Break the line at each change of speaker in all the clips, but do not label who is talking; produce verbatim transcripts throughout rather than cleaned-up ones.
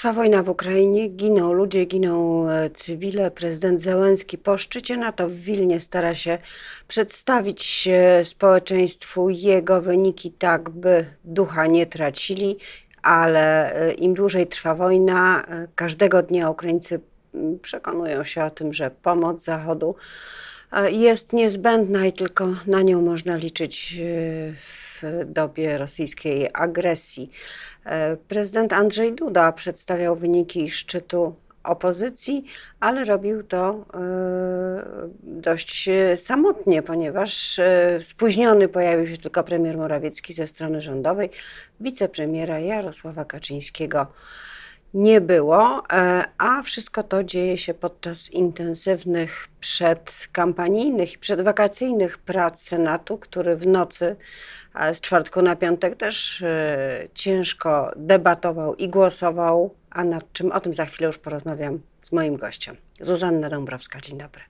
Trwa wojna w Ukrainie, giną ludzie, giną cywile. Prezydent Zełenski po szczycie NATO w Wilnie stara się przedstawić społeczeństwu jego wyniki tak, by ducha nie tracili, ale im dłużej trwa wojna, każdego dnia Ukraińcy przekonują się o tym, że pomoc Zachodu jest niezbędna i tylko na nią można liczyć w dobie rosyjskiej agresji. Prezydent Andrzej Duda przedstawiał wyniki szczytu opozycji, ale robił to dość samotnie, ponieważ spóźniony pojawił się tylko premier Morawiecki ze strony rządowej. Wicepremiera Jarosława Kaczyńskiego nie było, a wszystko to dzieje się podczas intensywnych przedkampanijnych i przedwakacyjnych prac Senatu, który w nocy z czwartku na piątek też ciężko debatował i głosował, a nad czym o tym za chwilę już porozmawiam z moim gościem. Zuzanna Dąbrowska, dzień dobry.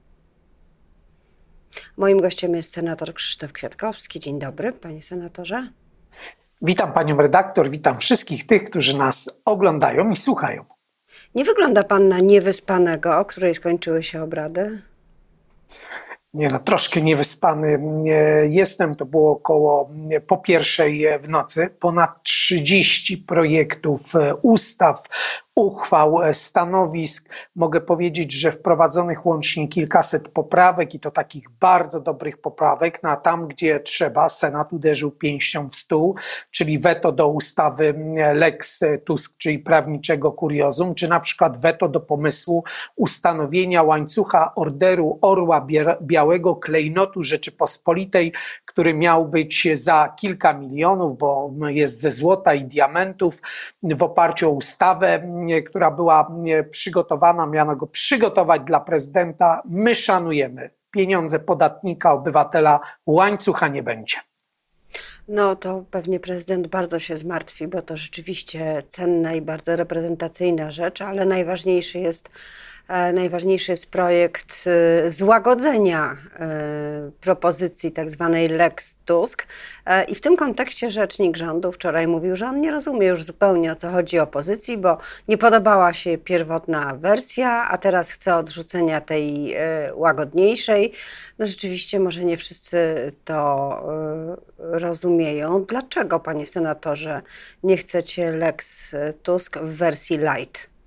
Moim gościem jest senator Krzysztof Kwiatkowski. Dzień dobry, panie senatorze.
Witam panią redaktor, witam wszystkich tych, którzy nas oglądają i słuchają.
Nie wygląda pan na niewyspanego, o której skończyły się obrady?
Nie no, troszkę niewyspany jestem, to było około po pierwszej w nocy. Ponad trzydzieści projektów ustaw, uchwał, stanowisk. Mogę powiedzieć, że wprowadzonych łącznie kilkaset poprawek i to takich bardzo dobrych poprawek, no a tam, gdzie trzeba, Senat uderzył pięścią w stół, czyli weto do ustawy Lex Tusk, czyli prawniczego kuriozum, czy na przykład weto do pomysłu ustanowienia łańcucha Orderu Orła Białego, klejnotu Rzeczypospolitej, który miał być za kilka milionów, bo jest ze złota i diamentów, w oparciu o ustawę, która była przygotowana, miano go przygotować dla prezydenta. My szanujemy pieniądze podatnika, obywatela, łańcucha nie będzie.
No to pewnie prezydent bardzo się zmartwi, bo to rzeczywiście cenna i bardzo reprezentacyjna rzecz, ale najważniejszy jest Najważniejszy jest projekt złagodzenia propozycji tak zwanej Lex Tusk. I w tym kontekście rzecznik rządu wczoraj mówił, że on nie rozumie już zupełnie, o co chodzi opozycji, bo nie podobała się pierwotna wersja, a teraz chce odrzucenia tej łagodniejszej. No rzeczywiście może nie wszyscy to rozumieją. Dlaczego, panie senatorze, nie chcecie Lex Tusk w wersji light?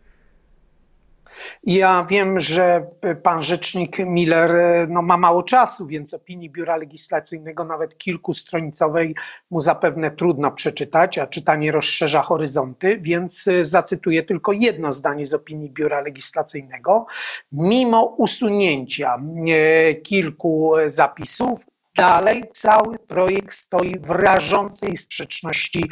Ja wiem, że pan rzecznik Miller no, ma mało czasu, więc opinii Biura Legislacyjnego, nawet kilkustronicowej, mu zapewne trudno przeczytać, a czytanie rozszerza horyzonty, więc zacytuję tylko jedno zdanie z opinii Biura Legislacyjnego. Mimo usunięcia kilku zapisów, dalej cały projekt stoi w rażącej sprzeczności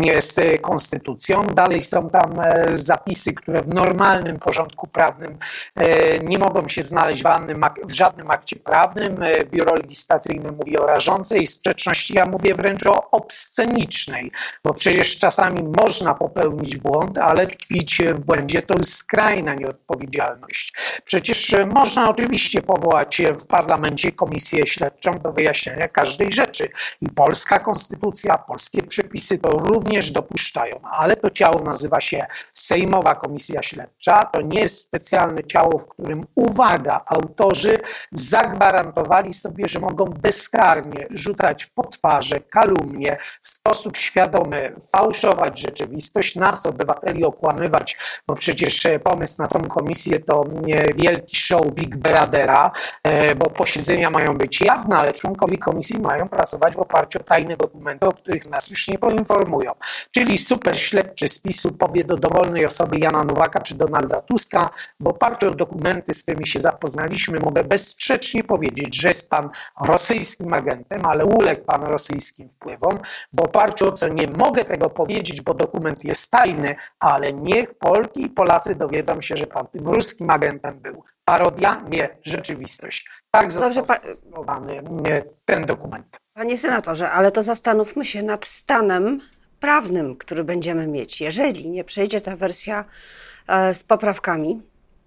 z konstytucją. Dalej są tam zapisy, które w normalnym porządku prawnym nie mogą się znaleźć w żadnym akcie prawnym. Biuro Legislacyjne mówi o rażącej sprzeczności, ja mówię wręcz o obscenicznej, bo przecież czasami można popełnić błąd, ale tkwić w błędzie to jest skrajna nieodpowiedzialność. Przecież można oczywiście powołać w parlamencie komisję śledczą do wyjaśnienia wyjaśnienia każdej rzeczy. I polska konstytucja, polskie przepisy to również dopuszczają, ale to ciało nazywa się Sejmowa Komisja Śledcza. To nie jest specjalne ciało, w którym, uwaga, autorzy zagwarantowali sobie, że mogą bezkarnie rzucać po twarze kalumnie, w sposób świadomy fałszować rzeczywistość, nas, obywateli, okłamywać, bo przecież pomysł na tą komisję to wielki show Big Brothera, bo posiedzenia mają być jawne, ale członkowie komisji mają pracować w oparciu o tajne dokumenty, o których nas już nie poinformują. Czyli super śledczy z PiS-u powie do dowolnej osoby Jana Nowaka czy Donalda Tuska, w oparciu o dokumenty, z którymi się zapoznaliśmy, mogę bezsprzecznie powiedzieć, że jest pan rosyjskim agentem, ale uległ pan rosyjskim wpływom. W oparciu o co nie mogę tego powiedzieć, bo dokument jest tajny, ale niech Polki i Polacy dowiedzą się, że pan tym ruskim agentem był. Parodia? Nie, rzeczywistość. Tak został skonstruowany ten dokument.
Panie senatorze, ale to zastanówmy się nad stanem prawnym, który będziemy mieć. Jeżeli nie przejdzie ta wersja z poprawkami,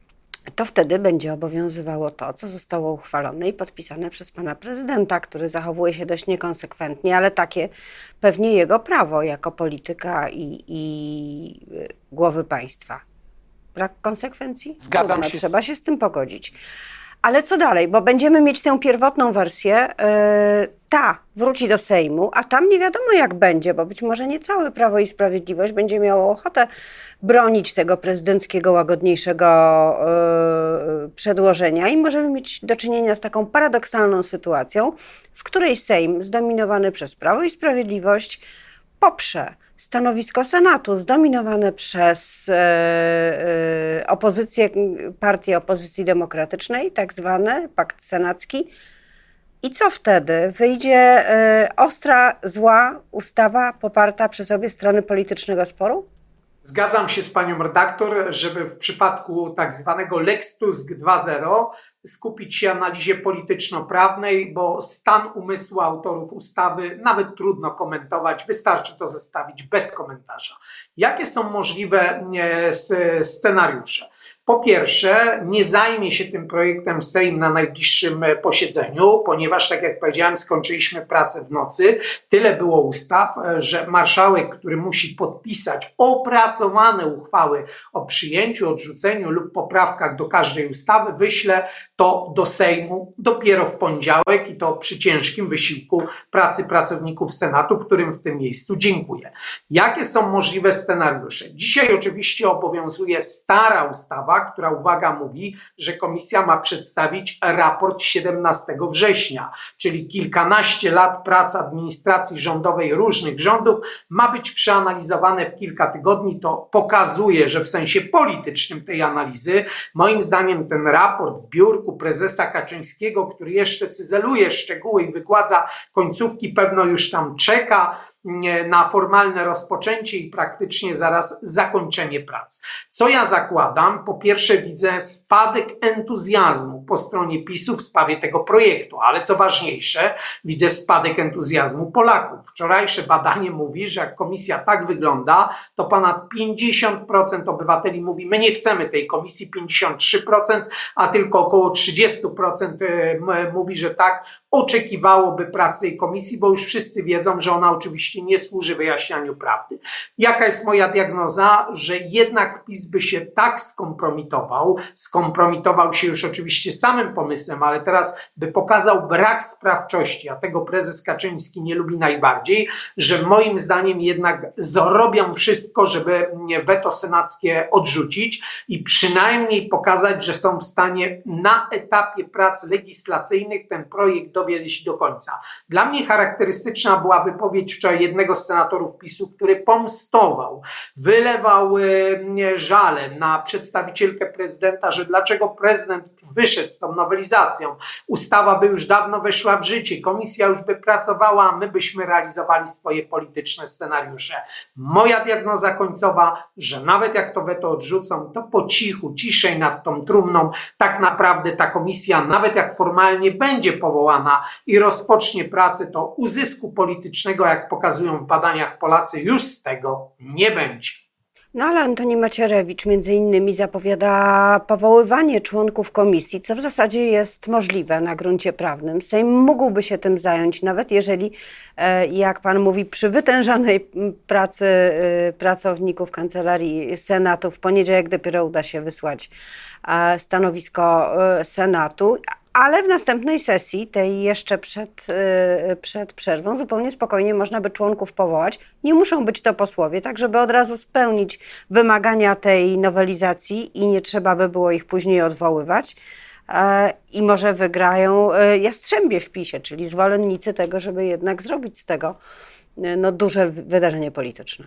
to wtedy będzie obowiązywało to, co zostało uchwalone i podpisane przez pana prezydenta, który zachowuje się dość niekonsekwentnie, ale takie pewnie jego prawo jako polityka i, i głowy państwa. Brak konsekwencji?
Zgadzam
Trudno,
się z-
trzeba się z tym pogodzić. Ale co dalej? Bo będziemy mieć tę pierwotną wersję, yy, ta wróci do Sejmu, a tam nie wiadomo jak będzie, bo być może nie całe Prawo i Sprawiedliwość będzie miało ochotę bronić tego prezydenckiego, łagodniejszego yy, przedłożenia i możemy mieć do czynienia z taką paradoksalną sytuacją, w której Sejm zdominowany przez Prawo i Sprawiedliwość poprze stanowisko Senatu zdominowane przez e, e, opozycję, partię opozycji demokratycznej, tak zwany pakt senacki. I co wtedy? Wyjdzie e, ostra, zła ustawa poparta przez obie strony politycznego sporu?
Zgadzam się z panią redaktor, żeby w przypadku tak zwanego Lex Tusk dwa zero skupić się na analizie polityczno-prawnej, bo stan umysłu autorów ustawy nawet trudno komentować, wystarczy to zestawić bez komentarza. Jakie są możliwe e, scenariusze? Po pierwsze, nie zajmie się tym projektem Sejm na najbliższym posiedzeniu, ponieważ, tak jak powiedziałem, skończyliśmy pracę w nocy. Tyle było ustaw, że marszałek, który musi podpisać opracowane uchwały o przyjęciu, odrzuceniu lub poprawkach do każdej ustawy, wyśle to do Sejmu dopiero w poniedziałek i to przy ciężkim wysiłku pracy pracowników Senatu, którym w tym miejscu dziękuję. Jakie są możliwe scenariusze? Dzisiaj oczywiście obowiązuje stara ustawa, która, uwaga, mówi, że komisja ma przedstawić raport siedemnastego września, czyli kilkanaście lat pracy administracji rządowej różnych rządów ma być przeanalizowane w kilka tygodni. To pokazuje, że w sensie politycznym tej analizy, moim zdaniem ten raport w biurku prezesa Kaczyńskiego, który jeszcze cyzeluje szczegóły i wygładza końcówki, pewno już tam czeka na formalne rozpoczęcie i praktycznie zaraz zakończenie prac. Co ja zakładam? Po pierwsze, widzę spadek entuzjazmu po stronie PiSu w sprawie tego projektu, ale co ważniejsze, widzę spadek entuzjazmu Polaków. Wczorajsze badanie mówi, że jak komisja tak wygląda, to ponad pięćdziesiąt procent obywateli mówi, my nie chcemy tej komisji, pięćdziesiąt trzy procent, a tylko około trzydzieści procent mówi, że tak, oczekiwałoby pracy tej komisji, bo już wszyscy wiedzą, że ona oczywiście nie służy wyjaśnianiu prawdy. Jaka jest moja diagnoza? Że jednak PiS by się tak skompromitował, skompromitował się już oczywiście samym pomysłem, ale teraz by pokazał brak sprawczości, a tego prezes Kaczyński nie lubi najbardziej, że moim zdaniem jednak zrobią wszystko, żeby weto senackie odrzucić i przynajmniej pokazać, że są w stanie na etapie prac legislacyjnych ten projekt dowieść do końca. Dla mnie charakterystyczna była wypowiedź wczoraj jednego z senatorów PiSu, który pomstował, wylewał żale na przedstawicielkę prezydenta, że dlaczego prezydent wyszedł z tą nowelizacją. Ustawa by już dawno weszła w życie, komisja już by pracowała, a my byśmy realizowali swoje polityczne scenariusze. Moja diagnoza końcowa, że nawet jak to weto odrzucą, to po cichu, ciszej nad tą trumną, tak naprawdę ta komisja, nawet jak formalnie będzie powołana i rozpocznie pracę, to uzysku politycznego, jak pokazują w badaniach Polacy, już z tego nie będzie.
No ale Antoni Macierewicz między innymi zapowiada powoływanie członków komisji, co w zasadzie jest możliwe na gruncie prawnym. Sejm mógłby się tym zająć, nawet jeżeli, jak pan mówi, przy wytężonej pracy pracowników Kancelarii Senatu w poniedziałek dopiero uda się wysłać stanowisko Senatu. Ale w następnej sesji, tej jeszcze przed, przed przerwą, zupełnie spokojnie można by członków powołać. Nie muszą być to posłowie, tak żeby od razu spełnić wymagania tej nowelizacji i nie trzeba by było ich później odwoływać. I może wygrają jastrzębie w PiSie, czyli zwolennicy tego, żeby jednak zrobić z tego no, duże wydarzenie polityczne.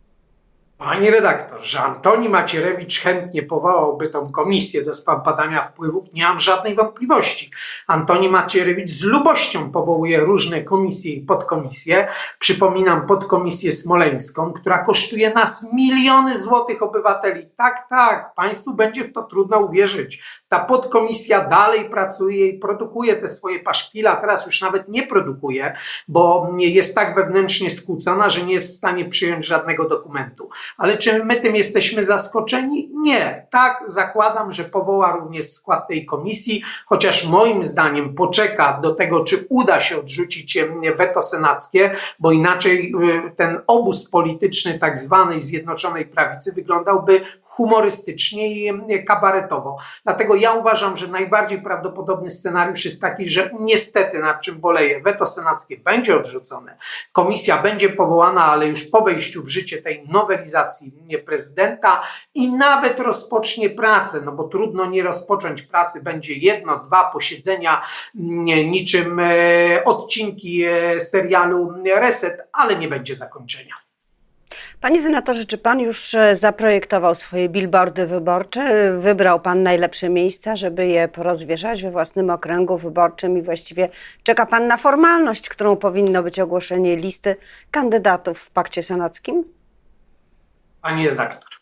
Pani redaktor, że Antoni Macierewicz chętnie powołałby tą komisję do spraw badania wpływów, nie mam żadnej wątpliwości. Antoni Macierewicz z lubością powołuje różne komisje i podkomisje. Przypominam podkomisję smoleńską, która kosztuje nas miliony złotych obywateli. Tak, tak, państwu będzie w to trudno uwierzyć. Ta podkomisja dalej pracuje i produkuje te swoje paszkwile, a teraz już nawet nie produkuje, bo jest tak wewnętrznie skłócona, że nie jest w stanie przyjąć żadnego dokumentu. Ale czy my tym jesteśmy zaskoczeni? Nie. Tak, zakładam, że powoła również skład tej komisji, chociaż moim zdaniem poczeka do tego, czy uda się odrzucić weto senackie, bo inaczej ten obóz polityczny tak zwanej Zjednoczonej Prawicy wyglądałby humorystycznie i kabaretowo. Dlatego ja uważam, że najbardziej prawdopodobny scenariusz jest taki, że niestety, nad czym boleję, weto senackie będzie odrzucone, komisja będzie powołana, ale już po wejściu w życie tej nowelizacji prezydenta i nawet rozpocznie pracę, no bo trudno nie rozpocząć pracy, będzie jedno, dwa posiedzenia, niczym odcinki serialu Reset, ale nie będzie zakończenia.
Panie senatorze, czy pan już zaprojektował swoje billboardy wyborcze? Wybrał pan najlepsze miejsca, żeby je porozwieszać we własnym okręgu wyborczym i właściwie czeka pan na formalność, którą powinno być ogłoszenie listy kandydatów w pakcie senackim?
Pani redaktor,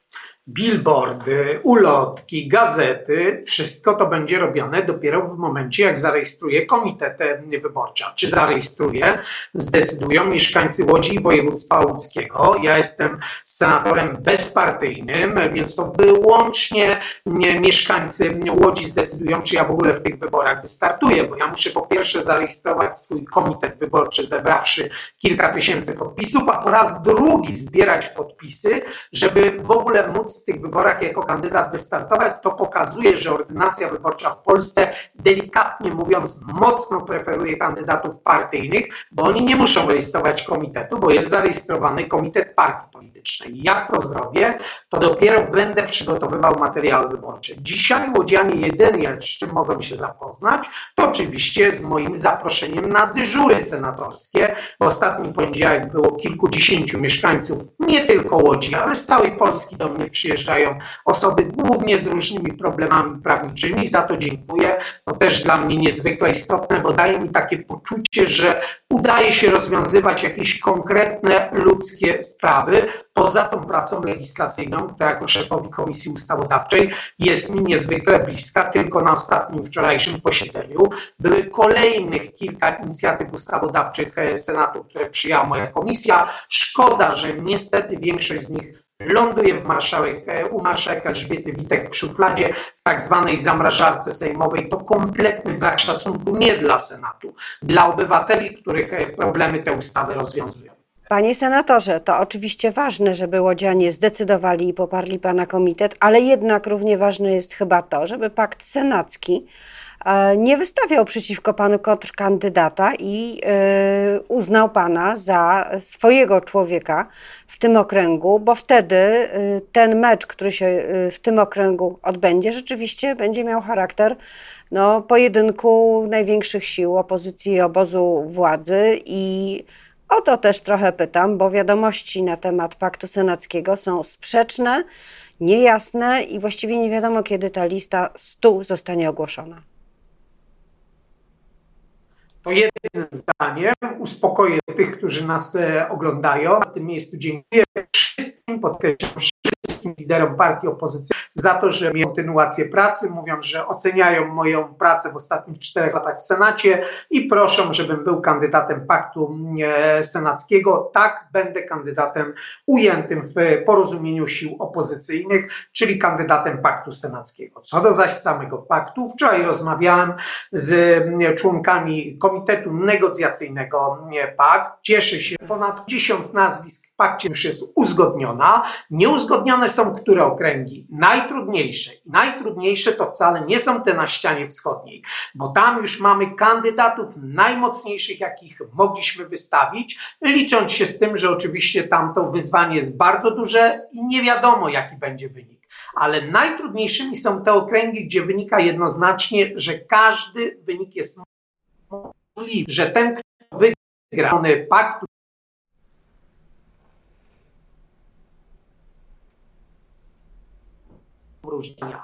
billboardy, ulotki, gazety, wszystko to będzie robione dopiero w momencie, jak zarejestruje komitet wyborczy. Czy zarejestruje, zdecydują mieszkańcy Łodzi i województwa łódzkiego. Ja jestem senatorem bezpartyjnym, więc to wyłącznie mieszkańcy Łodzi zdecydują, czy ja w ogóle w tych wyborach wystartuję, bo ja muszę po pierwsze zarejestrować swój komitet wyborczy, zebrawszy kilka tysięcy podpisów, a po raz drugi zbierać podpisy, żeby w ogóle móc w tych wyborach jako kandydat wystartować. To pokazuje, że ordynacja wyborcza w Polsce, delikatnie mówiąc, mocno preferuje kandydatów partyjnych, bo oni nie muszą rejestrować komitetu, bo jest zarejestrowany komitet partii politycznej. Jak to zrobię? To dopiero będę przygotowywał materiały wyborcze. Dzisiaj łodzianie jedynie, z czym mogą się zapoznać, to oczywiście z moim zaproszeniem na dyżury senatorskie. W ostatni poniedziałek było kilkudziesięciu mieszkańców, nie tylko Łodzi, ale z całej Polski do mnie przyjeżdżają osoby głównie z różnymi problemami prawniczymi. Za to dziękuję. To też dla mnie niezwykle istotne, bo daje mi takie poczucie, że udaje się rozwiązywać jakieś konkretne ludzkie sprawy. Poza tą pracą legislacyjną, która jako szefowi Komisji Ustawodawczej jest mi niezwykle bliska. Tylko na ostatnim wczorajszym posiedzeniu były kolejnych kilka inicjatyw ustawodawczych Senatu, które przyjęła moja komisja. Szkoda, że niestety większość z nich ląduje w marszałek, u marszałek Elżbiety Witek w szufladzie, w tak zwanej zamrażarce sejmowej. To kompletny brak szacunku nie dla Senatu, dla obywateli, których problemy te ustawy rozwiązują.
Panie senatorze, to oczywiście ważne, żeby łodzianie zdecydowali i poparli pana komitet, ale jednak równie ważne jest chyba to, żeby pakt senacki nie wystawiał przeciwko panu kontrkandydata i uznał pana za swojego człowieka w tym okręgu, bo wtedy ten mecz, który się w tym okręgu odbędzie, rzeczywiście będzie miał charakter no, pojedynku największych sił opozycji i obozu władzy. I o to też trochę pytam, bo wiadomości na temat paktu senackiego są sprzeczne, niejasne i właściwie nie wiadomo, kiedy ta lista stu zostanie ogłoszona.
To jednym zdaniem uspokoję tych, którzy nas oglądają. W tym miejscu dziękuję wszystkim, podkreślam wszystkim liderom partii opozycji za to, że mieli kontynuację pracy. Mówią, że oceniają moją pracę w ostatnich czterech latach w Senacie i proszą, żebym był kandydatem paktu senackiego. Tak, będę kandydatem ujętym w porozumieniu sił opozycyjnych, czyli kandydatem paktu senackiego. Co do zaś samego paktu, wczoraj rozmawiałem z członkami Komitetu Negocjacyjnego Pakt. Cieszę się, ponad dziesięć nazwisk w pakcie już jest uzgodniona. Nieuzgodnione są które okręgi? Najtrudniejsze. I najtrudniejsze to wcale nie są te na ścianie wschodniej, bo tam już mamy kandydatów najmocniejszych, jakich mogliśmy wystawić, licząc się z tym, że oczywiście tam to wyzwanie jest bardzo duże i nie wiadomo, jaki będzie wynik. Ale najtrudniejszymi są te okręgi, gdzie wynika jednoznacznie, że każdy wynik jest możliwy, że ten, kto wygra paktu różnienia,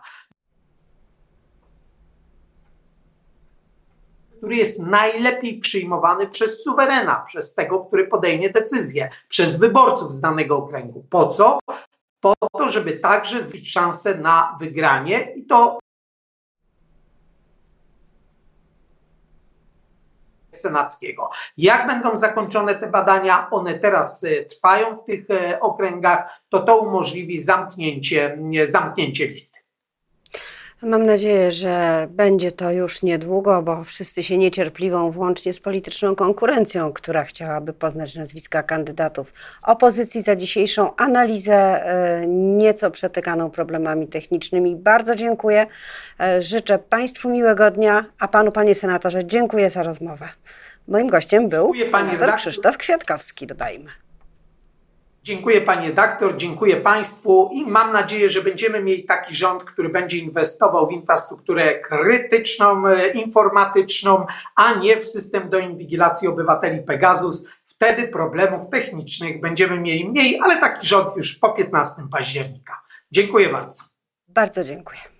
który jest najlepiej przyjmowany przez suwerena, przez tego, który podejmie decyzję, przez wyborców z danego okręgu. Po co? Po to, żeby także zwiększyć szansę na wygranie i to senackiego. Jak będą zakończone te badania, one teraz trwają w tych okręgach, to to umożliwi zamknięcie, zamknięcie listy.
Mam nadzieję, że będzie to już niedługo, bo wszyscy się niecierpliwą, włącznie z polityczną konkurencją, która chciałaby poznać nazwiska kandydatów opozycji. Za dzisiejszą analizę nieco przetykaną problemami technicznymi bardzo dziękuję. Życzę Państwu miłego dnia, a Panu, Panie Senatorze, dziękuję za rozmowę. Moim gościem był senator Krzysztof Kwiatkowski, dodajmy.
Dziękuję Pani redaktor, dziękuję Państwu i mam nadzieję, że będziemy mieli taki rząd, który będzie inwestował w infrastrukturę krytyczną, informatyczną, a nie w system do inwigilacji obywateli Pegasus. Wtedy problemów technicznych będziemy mieli mniej, ale taki rząd już po piętnastego października. Dziękuję bardzo.
Bardzo dziękuję.